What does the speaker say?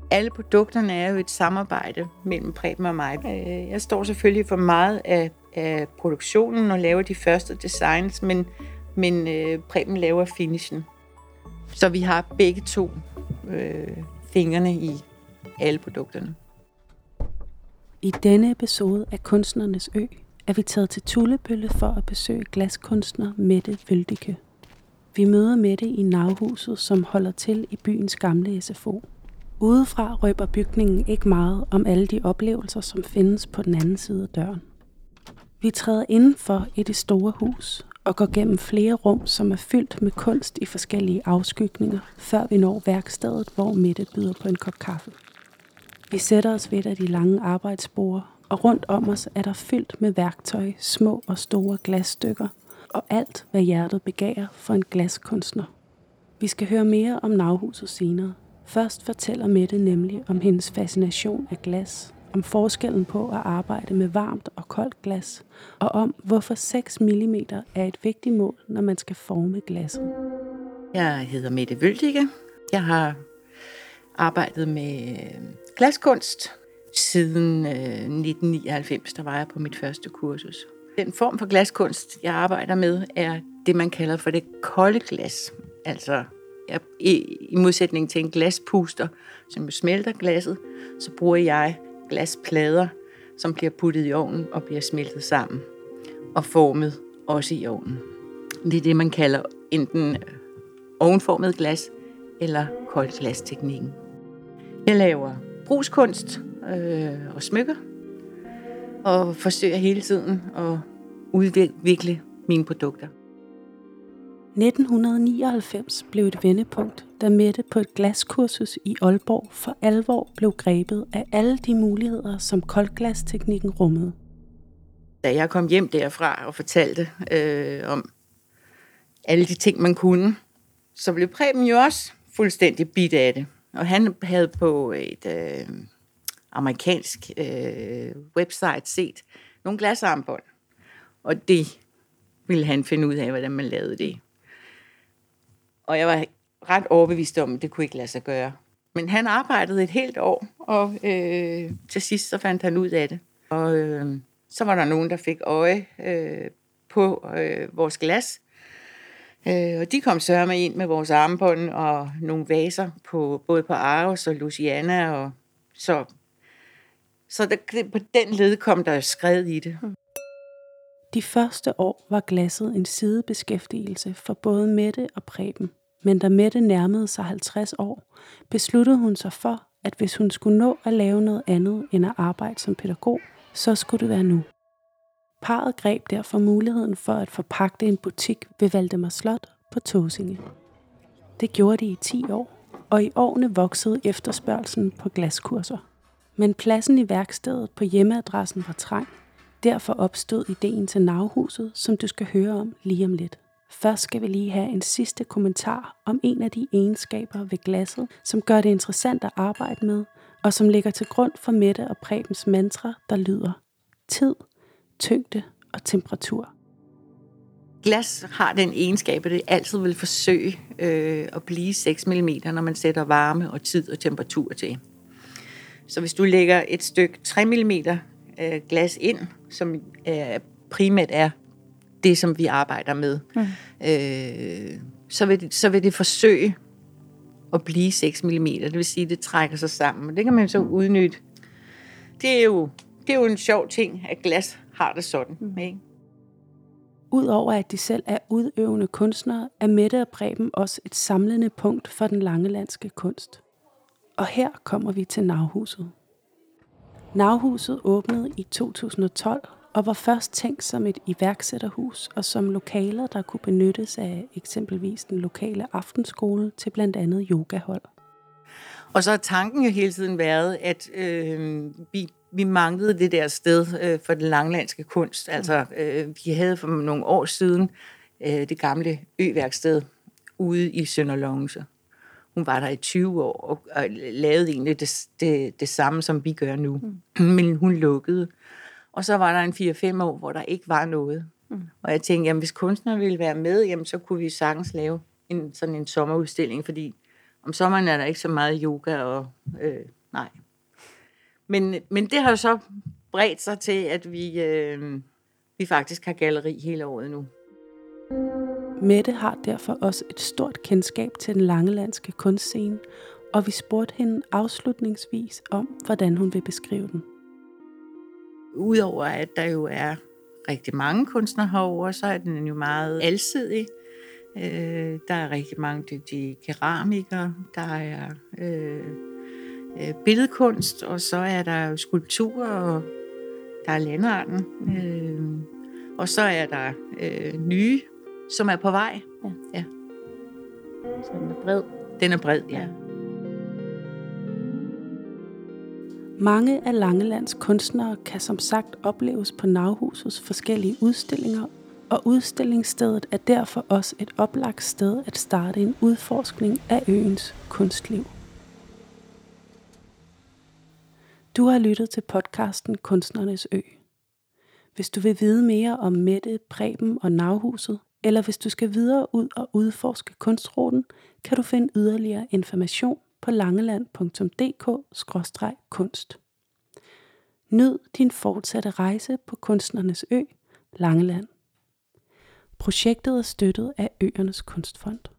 Alle produkterne er jo et samarbejde mellem Preben og mig. Jeg står selvfølgelig for meget af produktionen og laver de første designs, men Preben laver finishen. Så vi har begge to fingrene i alle produkterne. I denne episode af Kunstnernes Ø er vi taget til Tullebølle for at besøge glaskunstner Mette Wøldike. Vi møder Mette i Nauhuset, som holder til i byens gamle SFO. Udefra røber bygningen ikke meget om alle de oplevelser, som findes på den anden side af døren. Vi træder indenfor i det store hus og går gennem flere rum, som er fyldt med kunst i forskellige afskygninger, før vi når værkstedet, hvor Mette byder på en kop kaffe. Vi sætter os ved et af de lange arbejdsborde, og rundt om os er der fyldt med værktøj, små og store glasstykker, og alt, hvad hjertet begærer for en glaskunstner. Vi skal høre mere om Nauhuset senere. Først fortæller Mette nemlig om hendes fascination af glas, om forskellen på at arbejde med varmt og koldt glas, og om hvorfor 6 mm er et vigtigt mål, når man skal forme glasset. Jeg hedder Mette Wøldike. Jeg har arbejdet med glaskunst siden 1999, der var jeg på mit første kursus. Den form for glaskunst, jeg arbejder med, er det, man kalder for det kolde glas. Altså i modsætning til en glaspuster, som smelter glasset, så bruger jeg glasplader, som bliver puttet i ovnen og bliver smeltet sammen og formet også i ovnen. Det er det, man kalder enten ovenformet glas eller koldglasteknikken. Jeg laver brugskunst og smykker og forsøger hele tiden at udvikle mine produkter. 1999 blev et vendepunkt, da Mette på et glaskursus i Aalborg for alvor blev grebet af alle de muligheder, som koldglasteknikken rummede. Da jeg kom hjem derfra og fortalte om alle de ting, man kunne, så blev Preben jo også fuldstændig bidt af det. Og han havde på et amerikansk website set nogle glasarmbånd. Og det ville han finde ud af, hvordan man lavede det. Og jeg var ret overbevist om, at det kunne ikke lade sig gøre. Men han arbejdede et helt år, og til sidst så fandt han ud af det. Og så var der nogen, der fik øje på vores glas. Og de kom sørme ind med vores armbånd og nogle vaser både på Aarhus og Louisiana. Og så på den led kom der skred i det. De første år var glasset en sidebeskæftigelse for både Mette og Preben. Men da Mette nærmede sig 50 år, besluttede hun sig for, at hvis hun skulle nå at lave noget andet end at arbejde som pædagog, så skulle det være nu. Parret greb derfor muligheden for at forpagte en butik ved Valdemar Slot på Tåsinge. Det gjorde de i 10 år, og i årene voksede efterspørgslen på glaskurser. Men pladsen i værkstedet på hjemmeadressen var trang. Derfor opstod ideen til Nauhuset, som du skal høre om lige om lidt. Først skal vi lige have en sidste kommentar om en af de egenskaber ved glasset, som gør det interessant at arbejde med, og som ligger til grund for Mette og Prebens mantra, der lyder: tid, tyngde og temperatur. Glas har den egenskab, at det altid vil forsøge at blive 6 mm, når man sætter varme og tid og temperatur til. Så hvis du lægger et stykke 3 mm glas ind, som primært er det, som vi arbejder med, så vil det forsøge at blive 6 mm. Det vil sige, at det trækker sig sammen. Og det kan man så udnytte. Det er jo en sjov ting, at glas har det sådan. Ikke? Udover at de selv er udøvende kunstnere, er Mette og Preben også et samlende punkt for den langelandske kunst. Og her kommer vi til Nauhuset. Nauhuset åbnede i 2012 og var først tænkt som et iværksætterhus og som lokaler, der kunne benyttes af eksempelvis den lokale aftenskole til blandt andet yogahold. Og så har tanken jo hele tiden været, at vi manglede det der sted for den langlandske kunst. Altså, vi havde for nogle år siden det gamle øværksted ude i Sønder Longse. Hun var der i 20 år og lavede egentlig det samme, som vi gør nu. Men hun lukkede. Og så var der en 4-5 år, hvor der ikke var noget. Og jeg tænkte, jamen, hvis kunstnere ville være med, jamen, så kunne vi sagtens lave sådan en sommerudstilling, fordi om sommeren er der ikke så meget yoga og Nej. Men det har jo så bredt sig til, at vi faktisk har galleri hele året nu. Mette har derfor også et stort kendskab til den langelandske kunstscene, og vi spurgte hende afslutningsvis om, hvordan hun vil beskrive den. Udover at der jo er rigtig mange kunstnere herovre, så er den jo meget alsidig. Der er rigtig mange dygtige keramikere, der er billedkunst, og så er der skulpturer, og der er landarten. Og så er der nye, som er på vej. Ja. Så den er bred. Den er bred, ja. Mange af Langelands kunstnere kan som sagt opleves på Nauhusets forskellige udstillinger, og udstillingsstedet er derfor også et oplagt sted at starte en udforskning af øens kunstliv. Du har lyttet til podcasten Kunstnernes Ø. Hvis du vil vide mere om Mette, Preben og Nauhuset, eller hvis du skal videre ud og udforske kunstruten, kan du finde yderligere information på langeland.dk/kunst. Nyd din fortsatte rejse på Kunstnernes Ø, Langeland. Projektet er støttet af Øernes Kunstfond.